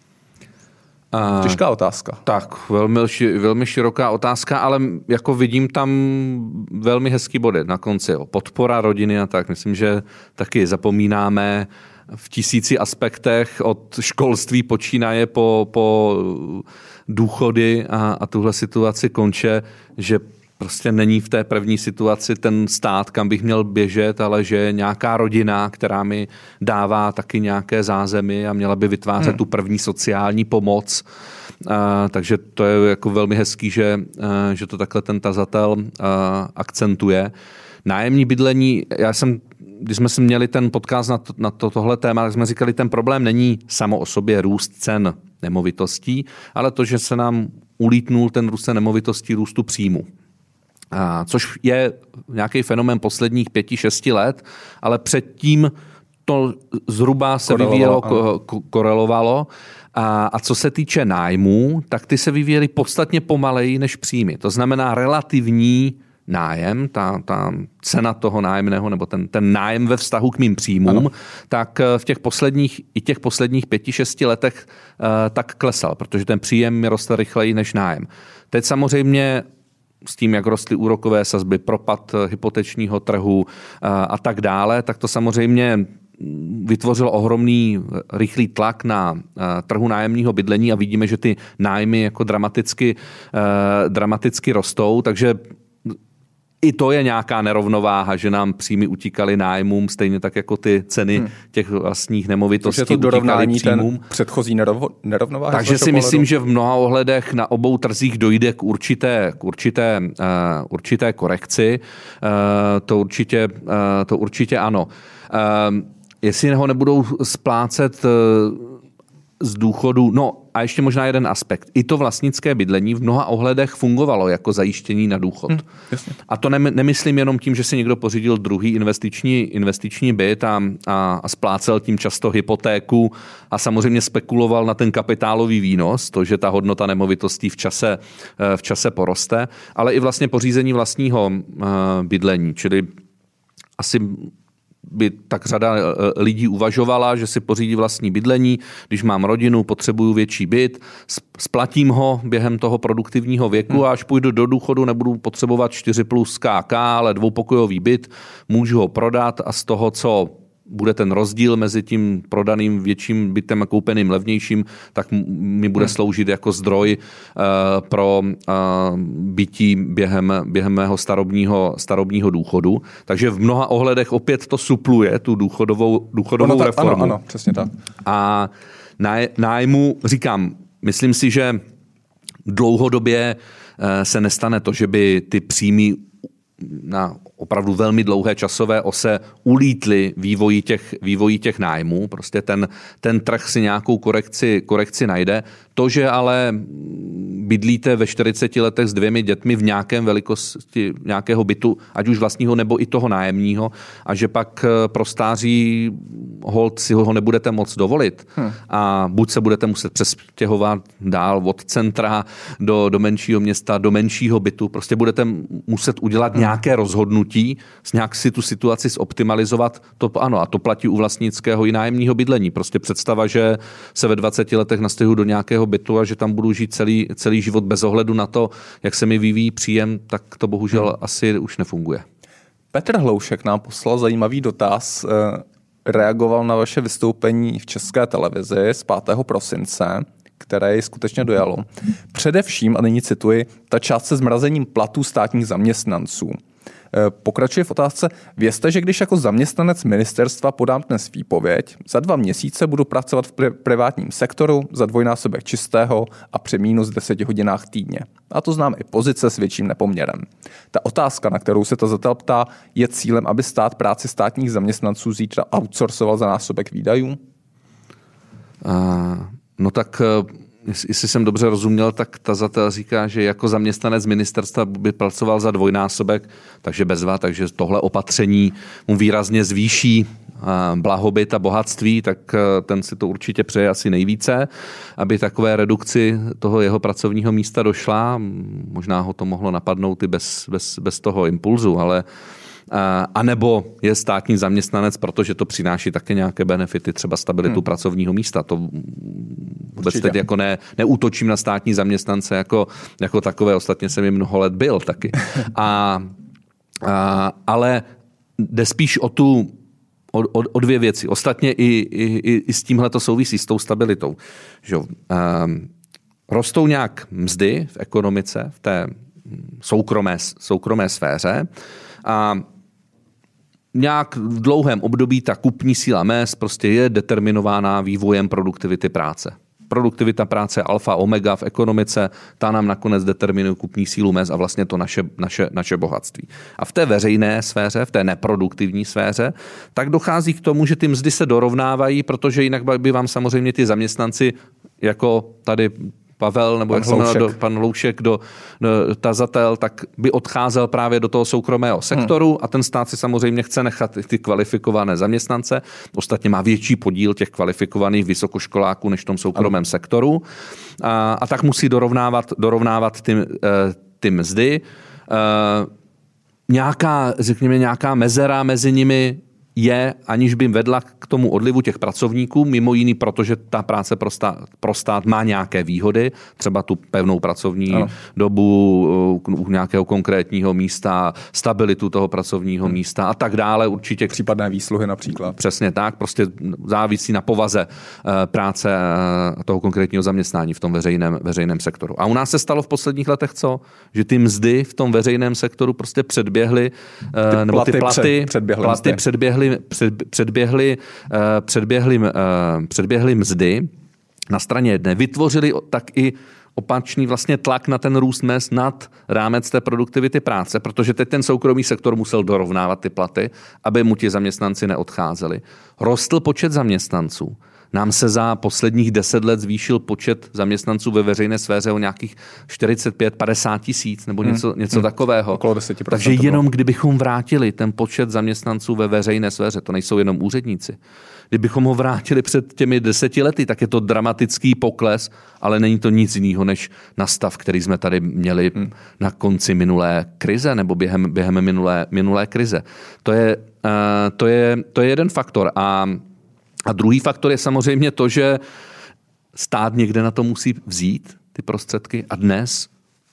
Těžká otázka. Tak, velmi široká otázka, ale jako vidím tam velmi hezký body na konci. Podpora rodiny a tak. Myslím, že taky zapomínáme v tisíci aspektech od školství počínaje po důchody a tuhle situaci konče, že prostě není v té první situaci ten stát, kam bych měl běžet, ale že nějaká rodina, která mi dává taky nějaké zázemí a měla by vytvářet tu první sociální pomoc. Takže to je jako velmi hezký, že to takhle ten tazatel akcentuje. Nájemní bydlení, když jsme si měli ten podcast na tohle téma, tak jsme říkali, ten problém není samo o sobě růst cen nemovitostí, ale to, že se nám ulítnul ten růst cen nemovitostí růstu příjmu. Což je nějaký fenomén posledních 5-6 let, ale předtím to zhruba se vyvíjelo, korelovalo. A co se týče nájmů, tak ty se vyvíjely podstatně pomaleji než příjmy. To znamená relativní nájem, ta cena toho nájemného nebo ten nájem ve vztahu k mým příjmům, tak v těch posledních 5-6 letech tak klesal, protože ten příjem mi roste rychleji než nájem. Teď samozřejmě s tím, jak rostly úrokové sazby, propad hypotečního trhu a tak dále, tak to samozřejmě vytvořilo ohromný rychlý tlak na trhu nájemního bydlení a vidíme, že ty nájmy jako dramaticky rostou, takže i to je nějaká nerovnováha, že nám příjmy utíkaly nájmům, stejně tak jako ty ceny těch vlastních nemovitostí utíkaly příjmům. Předchozí nerovnováha. Takže si myslím, že v mnoha ohledech na obou trzích dojde k určité korekci. To určitě ano. Jestli ho nebudou splácet z důchodu, no a ještě možná jeden aspekt. I to vlastnické bydlení v mnoha ohledech fungovalo jako zajištění na důchod. A to nemyslím jenom tím, že si někdo pořídil druhý investiční byt a splácel tím často hypotéku a samozřejmě spekuloval na ten kapitálový výnos, to, že ta hodnota nemovitostí v čase poroste, ale i vlastně pořízení vlastního bydlení, čili asi by tak řada lidí uvažovala, že si pořídí vlastní bydlení, když mám rodinu, potřebuju větší byt, splatím ho během toho produktivního věku a až půjdu do důchodu, nebudu potřebovat 4+ KK, ale dvoupokojový byt, můžu ho prodat a z toho, co bude ten rozdíl mezi tím prodaným větším bytem a koupeným levnějším, tak mi bude sloužit jako zdroj pro bytí během mého starobního důchodu. Takže v mnoha ohledech opět to supluje tu důchodovou reformu. Ano, přesně tak. A nájmu, říkám, myslím si, že dlouhodobě se nestane to, že by ty příjmy na opravdu velmi dlouhé časové ose ulítly vývoji těch nájmů. Prostě ten trh si nějakou korekci najde. To, že ale bydlíte ve 40 letech s 2 dětmi v nějakém velikosti nějakého bytu, ať už vlastního nebo i toho nájemního, a že pak pro stáří holt si ho nebudete moc dovolit a buď se budete muset přestěhovat dál od centra do menšího města, do menšího bytu, prostě budete muset udělat nějaké rozhodnutí, nějak si tu situaci zoptimalizovat, to ano, a to platí u vlastnického i nájemního bydlení. Prostě představa, že se ve 20 letech nastěhuji do nějakého bytu a že tam budu žít celý život bez ohledu na to, jak se mi vyvíjí příjem, tak to bohužel asi už nefunguje. Petr Hloušek nám poslal zajímavý dotaz. Reagoval na vaše vystoupení v České televizi z 5. prosince, které ji skutečně dojalo. Především, a nyní cituji, ta část se zmrazením platů státních zaměstnanců. Pokračuje v otázce, vězte, že když jako zaměstnanec ministerstva podám dnes výpověď, za 2 měsíce budu pracovat v privátním sektoru za 2násobek čistého a při minus 10 hodinách týdně. A to znám i pozice s větším nepoměrem. Ta otázka, na kterou se tazatel ptá, je cílem, aby stát práci státních zaměstnanců zítra outsourcoval za násobek výdajů? No tak jestli jsem dobře rozuměl, tak tazatel říká, že jako zaměstnanec ministerstva by pracoval za 2násobek, takže bezva, takže tohle opatření mu výrazně zvýší blahobyt a bohatství, tak ten si to určitě přeje asi nejvíce, aby takové redukci toho jeho pracovního místa došla. Možná ho to mohlo napadnout i bez toho impulzu, ale a nebo je státní zaměstnanec, protože to přináší také nějaké benefity, třeba stabilitu pracovního místa. To vůbec teď jako neútočím na státní zaměstnance jako takové, ostatně jsem jim mnoho let byl taky. Ale jde spíš o 2 věci. Ostatně i s tímhle to souvisí, s tou stabilitou. Že, rostou nějak mzdy v ekonomice, v té soukromé sféře a nějak v dlouhém období ta kupní síla mezd prostě je determinována vývojem produktivity práce. Produktivita práce je alfa, omega v ekonomice, ta nám nakonec determinuje kupní sílu mezd a vlastně to naše bohatství. A v té veřejné sféře, v té neproduktivní sféře, tak dochází k tomu, že ty mzdy se dorovnávají, protože jinak by vám samozřejmě ty zaměstnanci jako tady Pavel, nebo jak se jmenuje pan Hloušek, tazatel, tak by odcházel právě do toho soukromého sektoru a ten stát si samozřejmě chce nechat ty kvalifikované zaměstnance. Ostatně má větší podíl těch kvalifikovaných vysokoškoláků než v tom soukromém sektoru. A tak musí dorovnávat ty mzdy. Nějaká mezera mezi nimi je, aniž by vedla k tomu odlivu těch pracovníků, mimo jiný, protože ta práce pro stát má nějaké výhody, třeba tu pevnou pracovní dobu u nějakého konkrétního místa, stabilitu toho pracovního místa a tak dále. Určitě případné výsluhy například. Přesně tak, prostě závisí na povaze práce toho konkrétního zaměstnání v tom veřejném sektoru. A u nás se stalo v posledních letech co? Že ty mzdy v tom veřejném sektoru prostě předběhly, nebo ty platy předběhly mzdy na straně jedné. Vytvořili tak i opačný vlastně tlak na ten růst mezd nad rámec té produktivity práce, protože teď ten soukromý sektor musel dorovnávat ty platy, aby mu ti zaměstnanci neodcházeli. Rostl počet zaměstnanců. nám se za posledních 10 let zvýšil počet zaměstnanců ve veřejné sféře o nějakých 45-50 tisíc nebo něco takového. Okolo 10%. Takže jenom kdybychom vrátili ten počet zaměstnanců ve veřejné sféře, to nejsou jenom úředníci, kdybychom ho vrátili před těmi 10 lety, tak je to dramatický pokles, ale není to nic jiného než na stav, který jsme tady měli na konci minulé krize nebo během minulé krize. To je jeden faktor. A druhý faktor je samozřejmě to, že stát někde na to musí vzít ty prostředky a dnes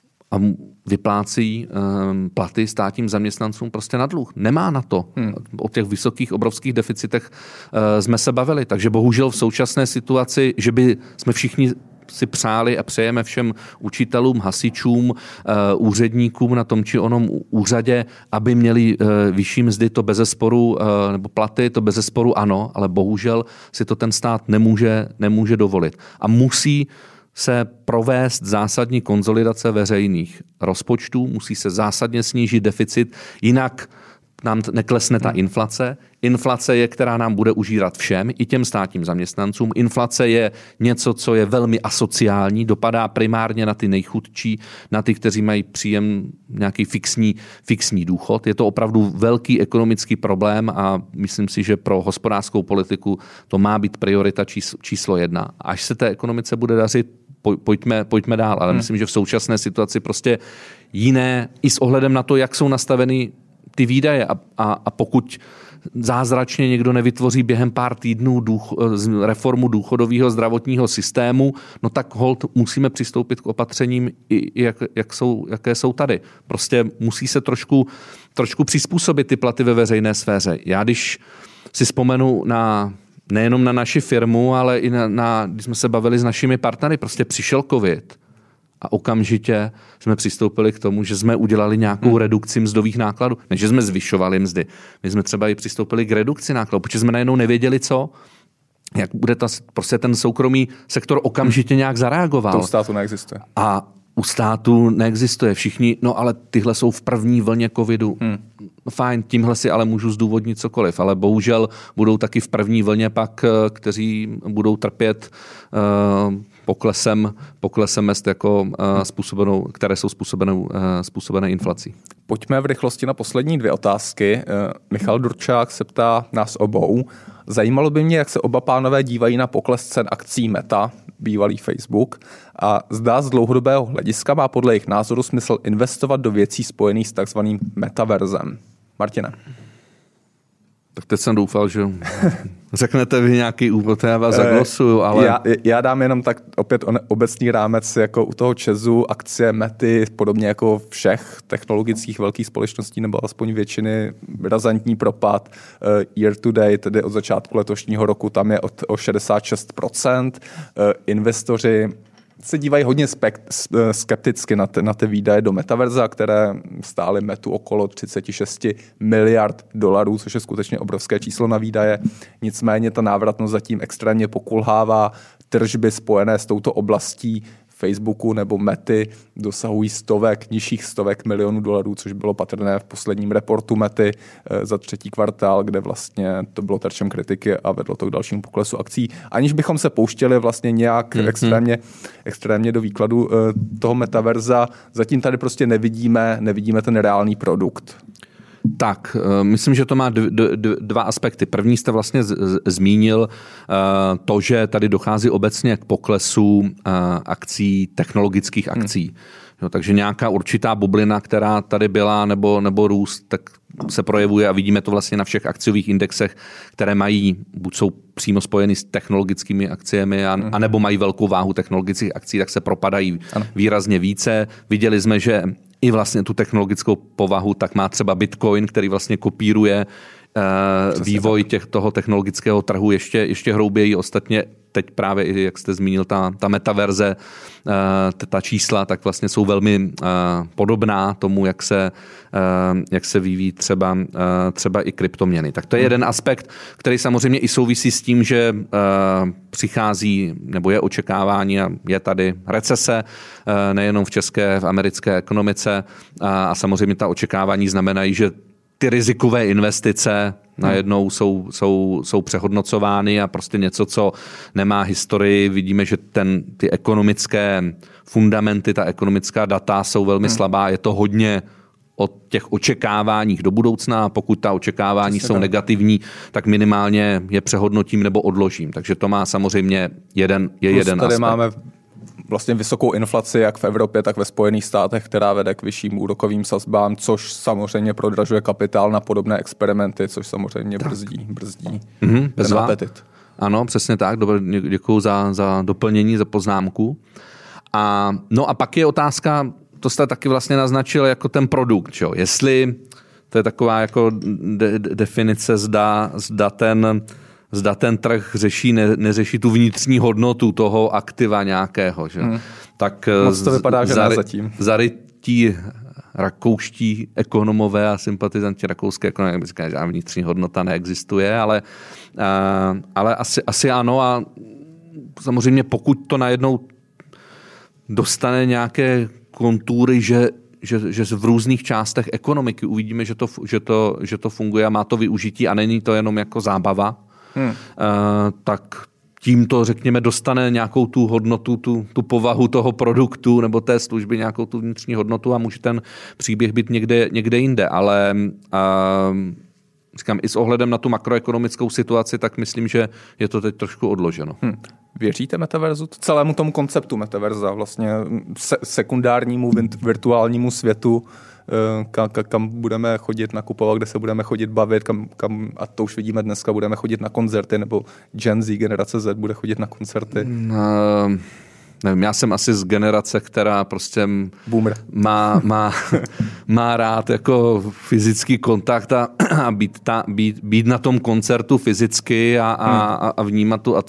vyplácí platy státním zaměstnancům prostě na dluh. Nemá na to. O těch vysokých, obrovských deficitech jsme se bavili. Takže bohužel v současné situaci, že by jsme všichni si přáli a přejeme všem učitelům, hasičům, úředníkům na tom či onom úřadě, aby měli vyšší mzdy, to bezesporu, nebo platy, to bezesporu ano, ale bohužel si to ten stát nemůže dovolit. A musí se provést zásadní konsolidace veřejných rozpočtů, musí se zásadně snížit deficit, jinak nám neklesne ta inflace. Inflace je, která nám bude užírat všem, i těm státním zaměstnancům. Inflace je něco, co je velmi asociální, dopadá primárně na ty nejchudší, na ty, kteří mají příjem nějaký fixní důchod. Je to opravdu velký ekonomický problém a myslím si, že pro hospodářskou politiku to má být priorita číslo 1. Až se té ekonomice bude dařit, pojďme dál, ale myslím, že v současné situaci prostě jiné, i s ohledem na to, jak jsou nastaveny ty výdaje a pokud zázračně někdo nevytvoří během pár týdnů reformu důchodového zdravotního systému, no tak holt musíme přistoupit k opatřením, jaké jsou tady. Prostě musí se trošku přizpůsobit ty platy ve veřejné sféře. Já když si vzpomenu nejenom na naši firmu, ale i když jsme se bavili s našimi partnery, prostě přišel covid a okamžitě jsme přistoupili k tomu, že jsme udělali nějakou redukci mzdových nákladů. Ne, že jsme zvyšovali mzdy. My jsme třeba i přistoupili k redukci nákladů, protože jsme najednou nevěděli, jak bude prostě ten soukromý sektor okamžitě nějak zareagoval. To u státu neexistuje. A u státu neexistuje. Všichni, no ale tyhle jsou v první vlně covidu. No fajn, tímhle si ale můžu zdůvodnit cokoliv, ale bohužel budou taky v první vlně pak, kteří budou trpět poklesem mezd, jako které jsou způsobené inflací. Pojďme v rychlosti na poslední 2 otázky. Michal Durčák se ptá nás obou. Zajímalo by mě, jak se oba pánové dívají na pokles cen akcí Meta, bývalý Facebook, a zda z dlouhodobého hlediska má podle jejich názoru smysl investovat do věcí spojených s takzvaným metaverzem. Martine. Tak teď jsem doufal, že řeknete vy nějaký úvod, já vás zaglosuju, ale... Já dám jenom tak opět obecný rámec jako u toho ČEZu, akcie Mety, podobně jako všech technologických velkých společností, nebo aspoň většiny, razantní propad. Year to date, tedy od začátku letošního roku, tam je o 66%. Investoři se dívají hodně skepticky na ty výdaje do metaverza, které stály Metu okolo 36 miliard dolarů, což je skutečně obrovské číslo na výdaje. Nicméně ta návratnost zatím extrémně pokulhává. Tržby spojené s touto oblastí Facebooku nebo Mety dosahují nižších stovek milionů dolarů, což bylo patrné v posledním reportu Mety za 3. kvartál, kde vlastně to bylo terčem kritiky a vedlo to k dalšímu poklesu akcí. Aniž bychom se pouštěli vlastně nějak extrémně do výkladu toho metaverza, zatím tady prostě nevidíme ten reálný produkt. Tak, myslím, že to má 2 aspekty. První jste vlastně zmínil to, že tady dochází obecně k poklesu technologických akcí. No, takže nějaká určitá bublina, která tady byla, nebo růst, tak se projevuje a vidíme to vlastně na všech akciových indexech, které buď jsou přímo spojeny s technologickými akciemi, anebo mají velkou váhu technologických akcí, tak se propadají výrazně více. Viděli jsme, že i vlastně tu technologickou povahu tak má třeba Bitcoin, který vlastně kopíruje vývoj toho technologického trhu ještě hrouběji. Ostatně teď právě, i jak jste zmínil, ta metaverze, ta čísla, tak vlastně jsou velmi podobná tomu, jak se vyvíjí třeba i kryptoměny. Tak to je jeden aspekt, který samozřejmě i souvisí s tím, že přichází, nebo je očekávání a je tady recese, nejenom v české, v americké ekonomice a samozřejmě ta očekávání znamenají, že ty rizikové investice najednou jsou přehodnocovány a prostě něco, co nemá historii. Vidíme, že ty ekonomické fundamenty, ta ekonomická data jsou velmi slabá. Je to hodně o těch očekáváních do budoucna a pokud ta očekávání jsou negativní, tak minimálně je přehodnotím nebo odložím. Takže to má samozřejmě jeden aspekt. Máme vlastně vysokou inflaci jak v Evropě, tak ve Spojených státech, která vede k vyšším úrokovým sazbám, což samozřejmě prodražuje kapitál na podobné experimenty, což samozřejmě brzdí ten apetit. Ano, přesně tak. Děkuju za doplnění, za poznámku. No a pak je otázka, to jste taky vlastně naznačil jako ten produkt, čo? Jestli to je taková jako definice, zda ten trh neřeší tu vnitřní hodnotu toho aktiva nějakého. Že? Tak moc to vypadá, že ne zatím. Zarytí rakouští ekonomové a sympatizanti rakouské ekonomie říkají, že vnitřní hodnota neexistuje, ale asi ano a samozřejmě pokud to najednou dostane nějaké kontury, že v různých částech ekonomiky uvidíme, že to funguje a má to využití a není to jenom jako zábava, tak tímto, řekněme, dostane nějakou tu hodnotu, tu povahu toho produktu nebo té služby, nějakou tu vnitřní hodnotu a může ten příběh být někde jinde. Ale říkám, i s ohledem na tu makroekonomickou situaci, tak myslím, že je to teď trošku odloženo. Věříte metaverzu? Celému tomu konceptu metaverza, vlastně sekundárnímu virtuálnímu světu, kam budeme chodit nakupovat, kde se budeme chodit bavit, kam, a to už vidíme dneska, budeme chodit na koncerty, nebo Gen Z, generace Z bude chodit na koncerty? Nevím, já jsem asi z generace, která prostě má rád jako fyzický kontakt a být na tom koncertu fyzicky a vnímat tu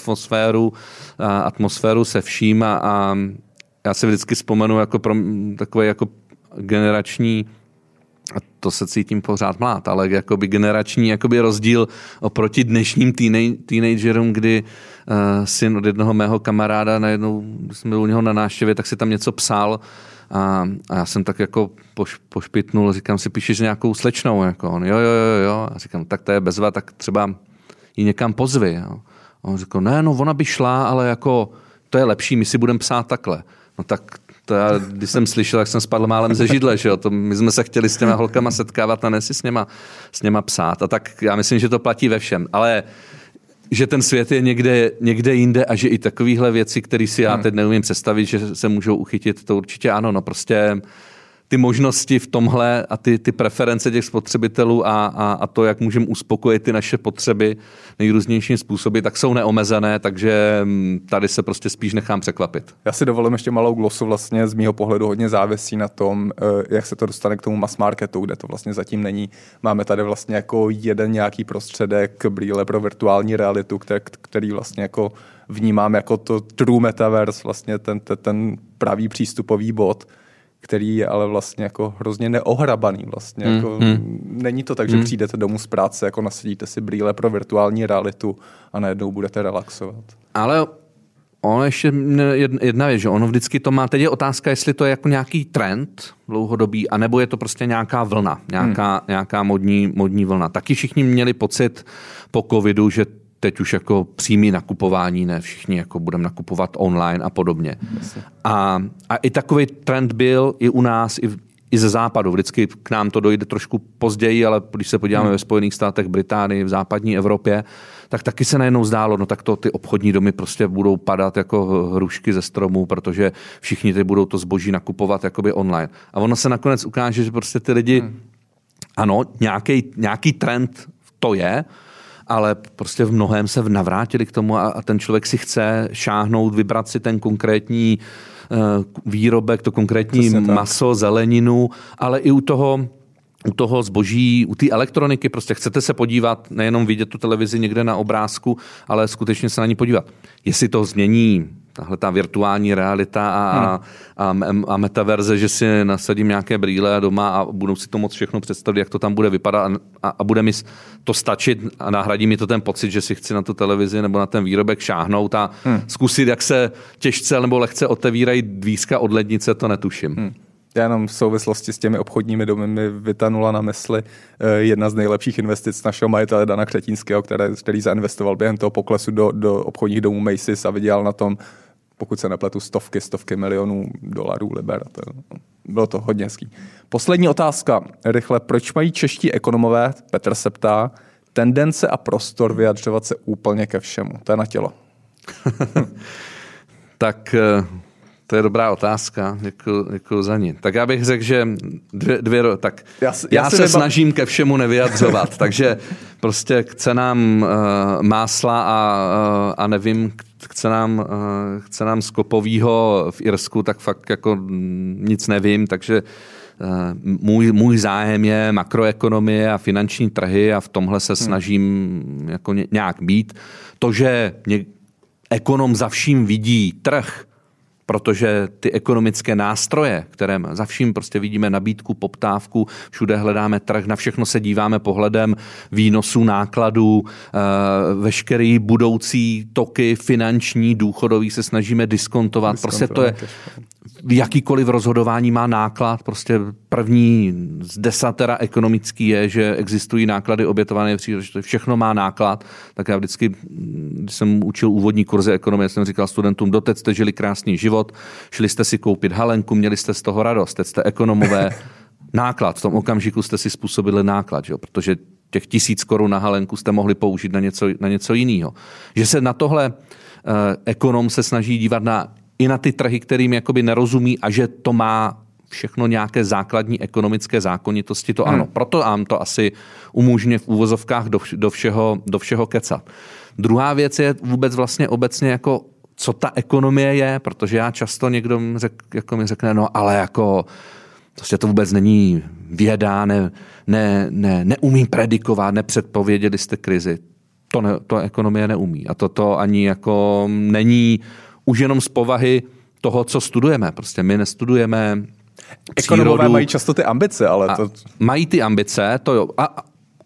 atmosféru se vším a já si vždycky vzpomenu jako takový jako generační, a to se cítím pořád mlád, ale jakoby generační jakoby rozdíl oproti dnešním teenagerům, kdy syn od jednoho mého kamaráda najednou, když jsem byl u něho na návštěvě, tak si tam něco psal a já jsem tak jako pošpitnul, říkám si, píšeš nějakou slečnou, jako on, jo, a říkám, tak to je bezva, tak třeba ji někam pozvi, jo. A on říkal, ne, no ona by šla, ale jako to je lepší, my si budeme psát takhle. No tak to já, když jsem slyšel, jak jsem spadl málem ze židle, že jo, my jsme se chtěli s těma holkama setkávat a ne si s něma psát. A tak já myslím, že to platí ve všem. Ale že ten svět je někde jinde a že i takovéhle věci, které si já teď neumím představit, že se můžou uchytit, to určitě ano. No prostě ty možnosti v tomhle a ty preference těch spotřebitelů a to, jak můžeme uspokojit ty naše potřeby nejrůznějším způsoby, tak jsou neomezené, takže tady se prostě spíš nechám překvapit. Já si dovolím ještě malou glosu, vlastně z mýho pohledu hodně závisí na tom, jak se to dostane k tomu mass marketu, kde to vlastně zatím není. Máme tady vlastně jako jeden nějaký prostředek brýle pro virtuální realitu, který vlastně jako vnímám jako to true metaverse, vlastně ten pravý přístupový bod, který je ale vlastně jako hrozně neohrabaný vlastně. Jako není to tak, že přijdete domů z práce, jako nasadíte si brýle pro virtuální realitu a najednou budete relaxovat. Ale ono ještě jedna věc, že ono vždycky to má, teď je otázka, jestli to je jako nějaký trend dlouhodobý, anebo je to prostě nějaká vlna, nějaká modní vlna. Taky všichni měli pocit po covidu, že teď už jako přímý nakupování, ne všichni jako budeme nakupovat online a podobně. A i takový trend byl i u nás, i ze západu. Vždycky k nám to dojde trošku později, ale když se podíváme ve Spojených státech, Británii, v západní Evropě, tak taky se najednou zdálo, no tak to ty obchodní domy prostě budou padat jako hrušky ze stromů, protože všichni ty budou to zboží nakupovat jakoby online. A ono se nakonec ukáže, že prostě ty lidi, ano, nějaký trend to je, ale prostě v mnohém se navrátili k tomu a ten člověk si chce šáhnout, vybrat si ten konkrétní výrobek, to konkrétní maso, zeleninu, ale i u toho zboží, u té elektroniky, prostě chcete se podívat, nejenom vidět tu televizi někde na obrázku, ale skutečně se na ní podívat. Jestli to změní tahle ta virtuální realita a metaverze, že si nasadím nějaké brýle doma a budu si to moc všechno představit, jak to tam bude vypadat a bude mi to stačit a nahradí mi to ten pocit, že si chci na tu televizi nebo na ten výrobek šáhnout a zkusit, jak se těžce nebo lehce otevírají dvířka od lednice, to netuším. Já jenom v souvislosti s těmi obchodními domy mi vytanula na mysli jedna z nejlepších investic našeho majitele Dana Křetínského, který zainvestoval během toho poklesu do obchodních domů Macy's a vydělal na tom, pokud se nepletu, stovky milionů dolarů, liber. Bylo to hodně hezký. Poslední otázka. Rychle, proč mají čeští ekonomové, Petr se ptá, tendence a prostor vyjadřovat se úplně ke všemu? To je na tělo. Tak to je dobrá otázka, děkuji za ní. Tak já bych řekl, že já se snažím ke všemu nevyjadřovat, takže prostě k cenám másla a nevím, k cenám skopovýho v Irsku, tak fakt jako nic nevím, takže můj zájem je makroekonomie a finanční trhy a v tomhle se snažím jako nějak být. To, že ekonom za vším vidí trh, protože ty ekonomické nástroje, které za vším prostě vidíme nabídku, poptávku, všude hledáme trh, na všechno se díváme pohledem výnosů, nákladů, veškerý budoucí toky finanční, důchodový se snažíme diskontovat. Prostě to je, jakýkoliv rozhodování má náklad, prostě první z desatera ekonomický je, že existují náklady obětované příležitosti, všechno má náklad, tak já vždycky, když jsem učil úvodní kurzy ekonomie, jsem říkal studentům, doteď jste žili krásný život, šli jste si koupit halenku, měli jste z toho radost, teď jste ekonomové, náklad, v tom okamžiku jste si způsobili náklad, jo? Protože těch 1000 korun na halenku jste mohli použít na něco jiného. Že se na tohle ekonom se snaží dívat i na ty trhy, kterým jakoby nerozumí a že to má všechno nějaké základní ekonomické zákonitosti, to ano. Proto vám to asi umožňuje v úvozovkách do všeho kecat. Druhá věc je vůbec vlastně obecně jako co ta ekonomie je, protože já často někdo mi řekne, no ale jako prostě to vůbec není věda, neumí predikovat, nepředpověděli jste krizi. To ekonomie neumí. A to ani jako není už jenom z povahy toho, co studujeme. Prostě my nestudujeme ekonomové přírodu. Mají často ty ambice, ale to... Mají ty ambice, to jo. A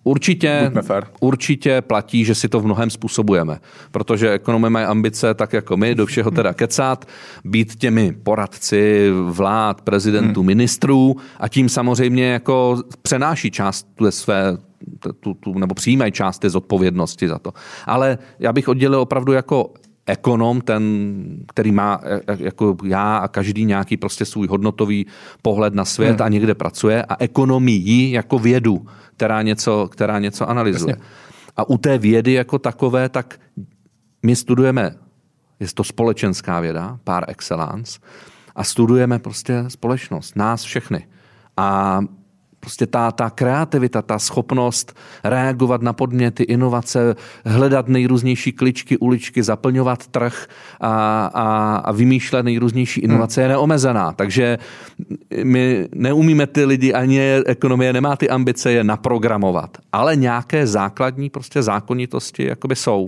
určitě platí, že si to v mnohem způsobujeme. Protože ekonomové mají ambice tak jako my, do všeho teda kecat, být těmi poradci vlád, prezidentů, ministrů a tím samozřejmě jako přenáší část své nebo přijímají část té zodpovědnosti za to. Ale já bych oddělil opravdu jako ekonom, ten, který má jako já a každý nějaký prostě svůj hodnotový pohled na svět a někde pracuje a ekonomii jako vědu, která něco analyzuje. Jasně. A u té vědy jako takové, tak my studujeme, je to společenská věda, par excellence, a studujeme prostě společnost, nás všechny. A prostě ta kreativita, ta schopnost reagovat na podněty, inovace, hledat nejrůznější kličky, uličky, zaplňovat trh a vymýšlet nejrůznější inovace je neomezená. Takže my neumíme ty lidi, ani ekonomie nemá ty ambice je naprogramovat. Ale nějaké základní prostě zákonitosti jakoby jsou.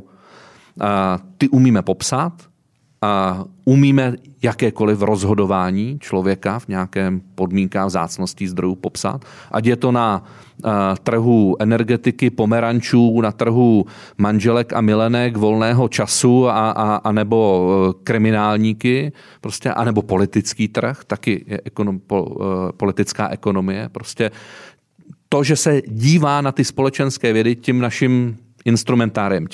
Ty umíme popsat, a umíme jakékoliv rozhodování člověka v nějakém podmínkách vzácností zdrojů popsat. Ať je to na trhu energetiky, pomerančů, na trhu manželek a milenek, volného času a nebo kriminálníky, prostě, a nebo politický trh, taky je politická ekonomie. Prostě to, že se dívá na ty společenské vědy tím naším instrumentáriem,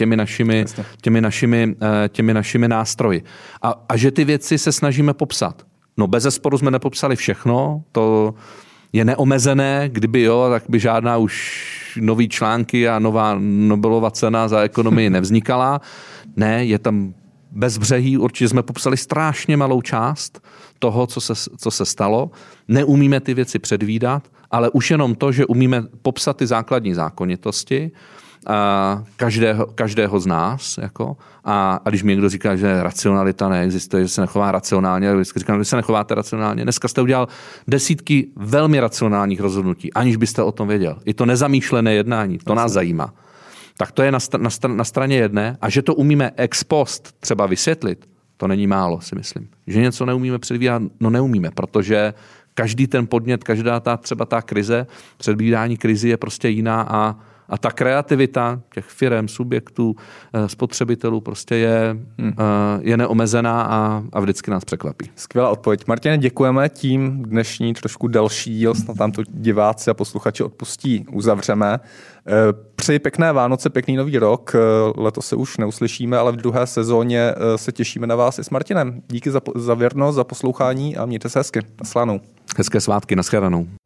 těmi našimi nástroji. A že ty věci se snažíme popsat. No bezesporu jsme nepopsali všechno, to je neomezené, kdyby jo, tak by žádná už nový články a nová Nobelova cena za ekonomii nevznikala. Ne, je tam bezbřehý, určitě jsme popsali strašně malou část toho, co se stalo. Neumíme ty věci předvídat, ale už jenom to, že umíme popsat ty základní zákonitosti, každého z nás. Jako, a když mi někdo říká, že racionalita neexistuje, že se nechová racionálně, vždycky říkám, že se nechováte racionálně. Dneska jste udělal desítky velmi racionálních rozhodnutí, aniž byste o tom věděl. I to nezamýšlené jednání, to nás zajímá. Tak to je na straně jedné. A že to umíme ex post třeba vysvětlit, to není málo, si myslím. Že něco neumíme předvídat, no neumíme, protože každý ten podnět, každá třeba ta krize, předvídání krizi je prostě jiná a A ta kreativita těch firem, subjektů, spotřebitelů prostě je neomezená a vždycky nás překvapí. Skvělá odpověď. Martine, děkujeme. Tím dnešní trošku delší díl, snad nám to diváci a posluchači odpustí, uzavřeme. Přeji pěkné Vánoce, pěkný nový rok. Letos se už neuslyšíme, ale v druhé sezóně se těšíme na vás i s Martinem. Díky za věrnost, za poslouchání a mějte se hezky. Naschledanou. Hezké svátky, nashledanou.